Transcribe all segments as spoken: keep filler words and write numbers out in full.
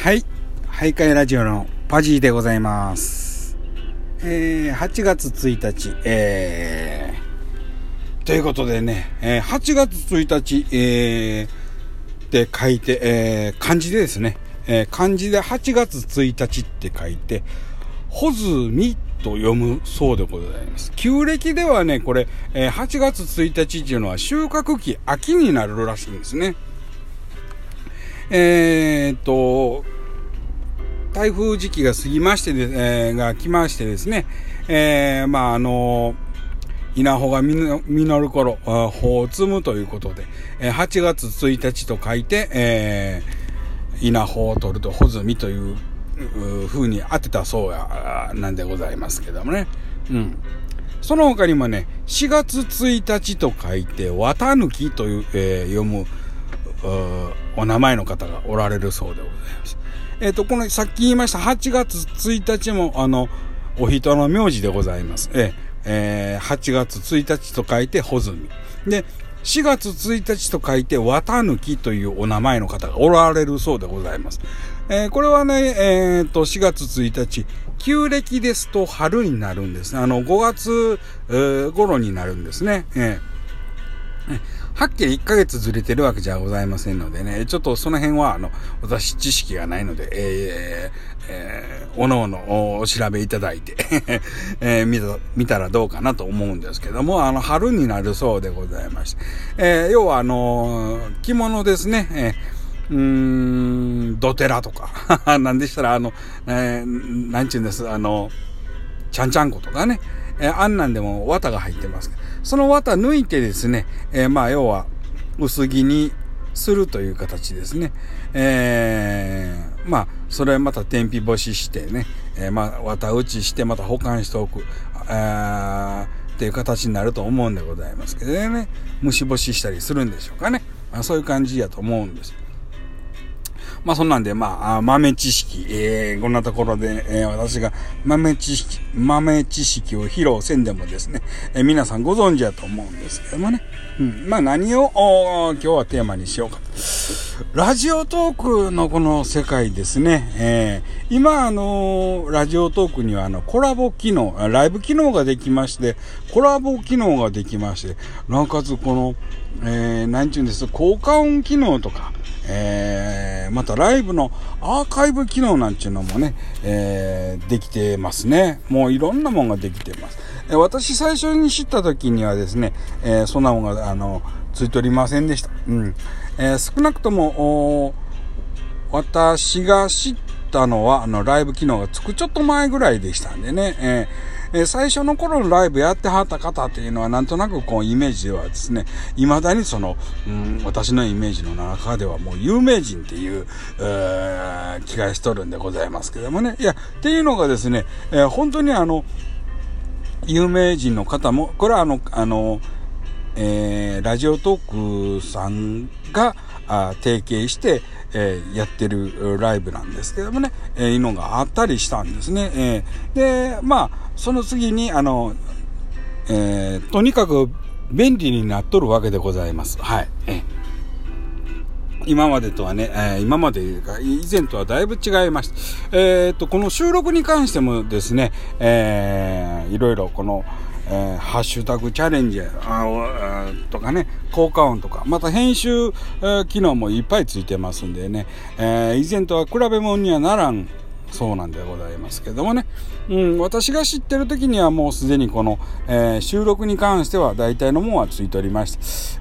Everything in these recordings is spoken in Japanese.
はい。徘徊ラジオのパジーでございます。えー、はちがつついたち、えー、ということでね、えー、はちがつついたち、えー、って書いて、えー、漢字でですね、えー、漢字ではちがつついたちって書いて、ほずみと読むそうでございます。旧暦ではね、これ、えー、はちがつついたちっていうのは収穫期、秋になるらしいんですね。えーっと、台風時期が過ぎましてで、えー、が来ましてですね、えー、まああの、稲穂が実る頃、穂を摘むということで、はちがつついたちと書いて、えー、稲穂を取ると穂摘みという風に当てたそうや、なんでございますけどもね。うん。その他にもね、しがつついたちと書いて、綿抜きという、えー、読む、お名前の方がおられるそうでございます。えっと、このさっき言いましたはちがつついたちも、あの、お人の名字でございます。ええー、はちがつついたちと書いて、穂積み。で、しがつついたちと書いて、綿抜きというお名前の方がおられるそうでございます。えー、これはね、えっと、しがつついたち、旧暦ですと春になるんですね。あの、ごがつ、えー、頃になるんですね。えーはっきりいっかげつずれてるわけじゃございませんのでね、ちょっとその辺は、あの、私知識がないので、えー、えー、おのおのお調べいただいて、えー、見た、見たらどうかなと思うんですけども、あの、春になるそうでございまして、えー、要はあの、着物ですね、えー、うーん、ドテラとか、なんでしたら、あの、えー、なんちゅうんです、あの、ちゃんちゃんことかね、えー、あんなんでも綿が入ってますけど、その綿抜いてですね、えー、まあ要は薄着にするという形ですね。えー、まあそれまた天日干ししてね、えー、まあ綿打ちしてまた保管しておく、えー、っていう形になると思うんでございますけどね、蒸し干ししたりするんでしょうかね。まあ、そういう感じやと思うんです。まあそんなんで、まあ、豆知識、えー、こんなところで、えー、私が豆知識、豆知識を披露せんでもですね、えー、皆さんご存知だと思うんですけどもね。うん。まあ何を、今日はテーマにしようかと。ラジオトークのこの世界ですね。えー、今、あのー、ラジオトークにはあの、コラボ機能、ライブ機能ができまして、コラボ機能ができまして、なおかつこの、えー、なんちゅうんです、効果音機能とか、えー、またライブのアーカイブ機能なんていうのもね、えー、できてますね。もういろんなもんができてます。えー、私最初に知った時にはですね、えー、そんなもんが、あの、ついておりませんでした。うん。えー、少なくとも、私が知ったのは、あの、ライブ機能がつくちょっと前ぐらいでしたんでね、えーえー、最初の頃のライブやってはった方っていうのはなんとなくこうイメージではですね、未だにその、うん、私のイメージの中ではもう有名人っていう、えー、気がしとるんでございますけどもね。いや、っていうのがですね、えー、本当にあの、有名人の方も、これはあの、あの、えー、ラジオトークさんがあ提携して、えー、やってるライブなんですけどもね、えー、いうのがあったりしたんですね。えー、で、まあ、その次に、あの、えー、とにかく便利になっとるわけでございます。はい。えー、今までとはね、えー、今までが以前とはだいぶ違いました。えー、と、この収録に関してもですね、えー、いろいろこの、えー、ハッシュタグチャレンジあとかね、効果音とか、また編集、えー、機能もいっぱいついてますんでね、えー、以前とは比べ物にはならんそうなんでございますけどもね、うん、私が知ってる時にはもうすでにこの、えー、収録に関しては大体のものはついておりました。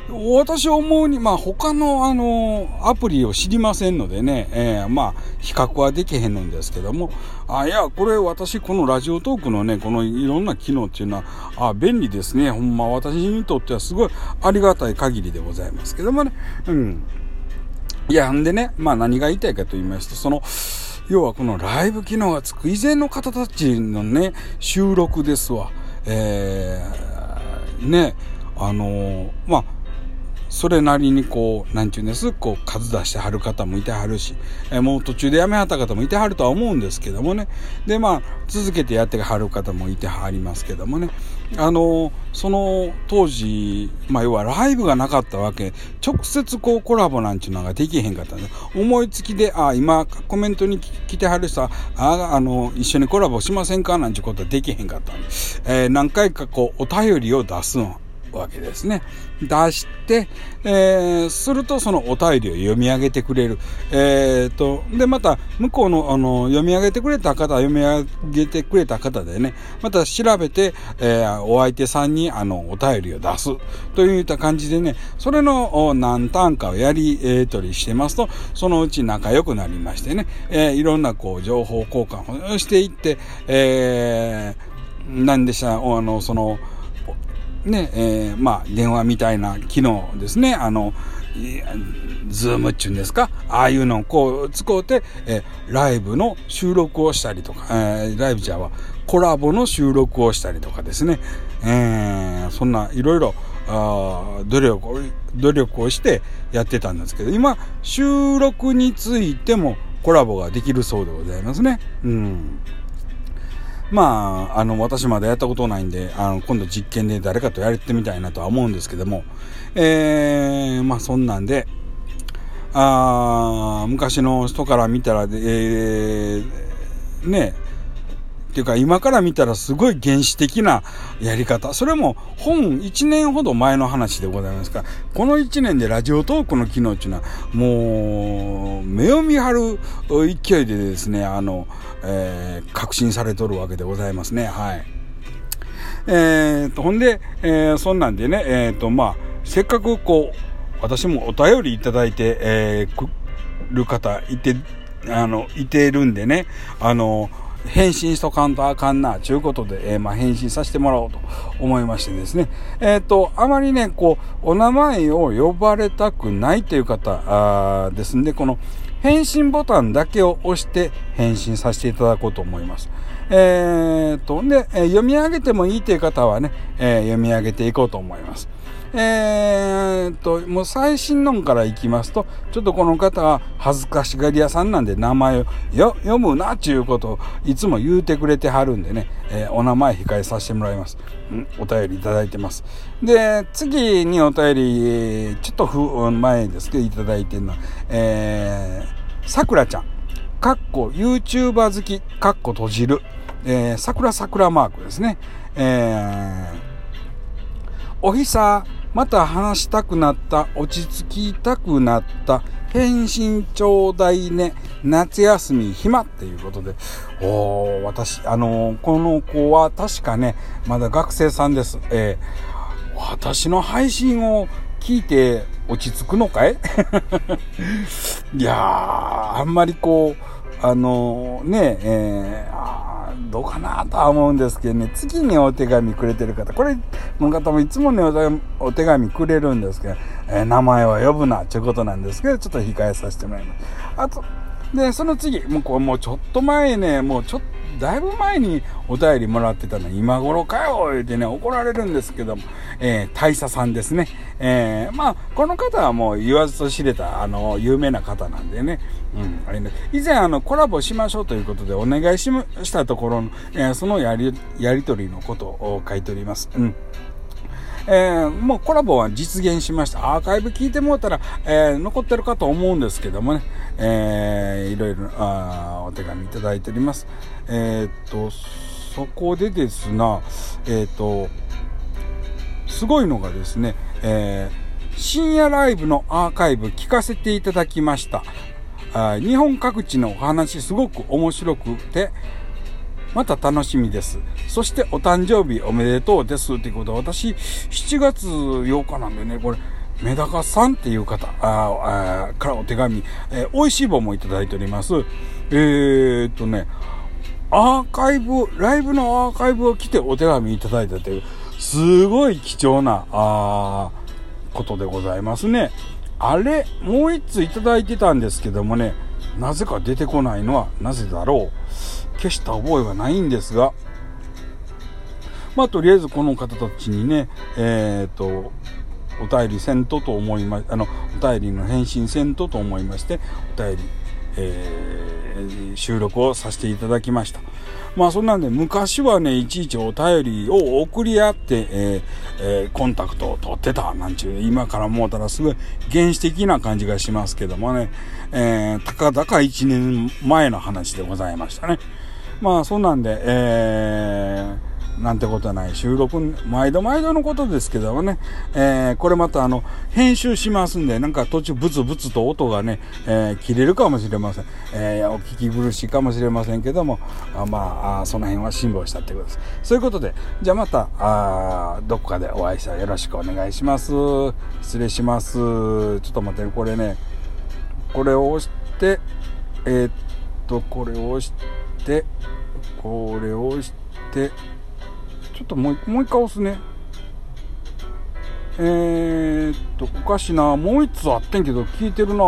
私思うに、まあ他のあのアプリを知りませんのでね、えー、まあ比較はできへんのですけども、あ、いや、これ私このラジオトークのね、このいろんな機能っていうのは、あ、便利ですね。ほんま私にとってはすごいありがたい限りでございますけどもね。うん。いや、んでね、まあ何が言いたいかと言いますと、その、要はこのライブ機能がつく以前の方たちのね、収録ですわ。えー、ね、あのー、まあ、 それなりにこう、なんていうんです、こう、数出してはる方もいてはるし、えー、もう途中でやめはった方もいてはるとは思うんですけどもね。で、まあ、続けてやってはる方もいてはりますけどもね。あの、その当時、まあ、要はライブがなかったわけ、直接こう、コラボなんていうのができへんかったんで、思いつきで、あ、今、コメントに来てはる人は、あ、あの、一緒にコラボしませんかなんていうことはできへんかったんで、えー、何回かこう、お便りを出すの。わけですね。出して、えー、するとそのお便りを読み上げてくれる。えーと、で、また、向こうの、あの、読み上げてくれた方、読み上げてくれた方でね、また調べて、えー、お相手さんに、あの、お便りを出す。といった感じでね、それの何ターンかをやり、えー、取りしてますと、そのうち仲良くなりましてね、えー、いろんな、こう、情報交換をしていって、えー、なんでした、あの、その、ね、えー、まあ、電話みたいな機能ですね。あの、ズームっていうんですか、ああいうのをこう使うて、えー、ライブの収録をしたりとか、えー、ライブじゃはコラボの収録をしたりとかですね。えー、そんないろいろ、あ努力を、努力をしてやってたんですけど、今、収録についてもコラボができるそうでございますね。うん。まあ、あの、私まだやったことないんで、あの、今度実験で誰かとやってみたいなとは思うんですけども、えー、まあそんなんで、あ昔の人から見たら、えー、ね、っていうか今から見たらすごい原始的なやり方。それも本いちねんほど前の話でございますから、このいちねんでラジオトークの機能っていうのはもう目を見張る勢いでですね、あの、えー、革新されとるわけでございますね。はい。えーと、ほんで、えー、そんなんでね、えーと、まあ、せっかくこう、私もお便りいただいて、えー、くる方いて、あの、いてるんでね、あの、返信しとかんとあかんな、ちゅうことで、えー、まあ、返信させてもらおうと思いましてですね。えっと、あまりね、こう、お名前を呼ばれたくないという方、あですんで、この、返信ボタンだけを押して返信させていただこうと思います。えっと、で、えー、読み上げてもいいという方はね、えー、読み上げていこうと思います。えーっと、もう最新のからいきますと、ちょっとこの方は恥ずかしがり屋さんなんで名前をよ読むなっていうことをいつも言うてくれてはるんでね、えー、お名前控えさせてもらいます。うん、お便りいただいてます。で、次にお便り、ちょっとふ前ですけどいただいてるのは、えー、さくらちゃん、かっこ YouTuber 好き、かっこ閉じる、えー、さくらさくらマークですね。えー、おひさ、また話したくなった、落ち着きたくなった、返信ちょうだいね、夏休み暇っていうことで、おー、私、あのー、この子は確かね、まだ学生さんです。えー、私の配信を聞いて落ち着くのかいいやー、あんまりこう、あのー、ね、えー、どうかなとは思うんですけどね、次にお手紙くれてる方、これの方もいつもねお手紙くれるんですけど、えー、名前は呼ぶなということなんですけど、ちょっと控えさせてもらいます。あとでその次もうこれもうちょっと前ね、もうちょっとだいぶ前にお便りもらってたの今頃かよ言ってね怒られるんですけども、えー、大佐さんですね。えー、まあこの方はもう言わずと知れたあの有名な方なんでね、うん、あれね、以前あのコラボしましょうということでお願いしましたところの、えー、そのやりやり取りのことを書いております。うん。えー、もうコラボは実現しました。アーカイブ聞いてもらったら、えー、残ってるかと思うんですけどもね、えー、いろいろあお手紙いただいております。えー、っとそこでですな、えー、っとすごいのがですね、えー、深夜ライブのアーカイブ聞かせていただきました。あ日本各地のお話すごく面白くてまた楽しみです。そしてお誕生日おめでとうですっていうことは、私しちがつようかなんでね、これメダカさんっていう方ああからお手紙、えー、おいしい棒もいただいております。えー、っとねアーカイブライブのアーカイブを来てお手紙いただいたというすごい貴重なあことでございますね。あれもう一ついただいてたんですけどもね、なぜか出てこないのはなぜだろう。消した覚えはないんですが、まあとりあえずこの方たちにね、えっとお便りせんとと思いま、あの、お便りの返信せんとと思いまして、お便り、えー、収録をさせていただきました。まあそんなんで昔はね、いちいちお便りを送り合って、えーえー、コンタクトを取ってたなんちゅう、今から思うたらすごい原始的な感じがしますけどもね、えー、たかだかいちねんまえの話でございましたね。まあそんなんで、えーなんてことはない収録、毎度毎度のことですけどもね、えー、これまたあの、編集しますんで、なんか途中ブツブツと音がね、えー、切れるかもしれません。えー、お聞き苦しいかもしれませんけども、あまあ、その辺は辛抱したってことです。そういうことで、じゃあまた、あどこかでお会いしたらよろしくお願いします。失礼します。ちょっと待って、これね、これを押して、えー、っと、これを押して、これを押して、ちょっともう、もう一回押すね。えーっと、おかしいな。もう一つあってんけど、聞いてるな。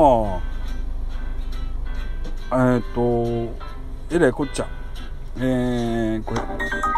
えーっと、えらいこっちゃ。えー、これ。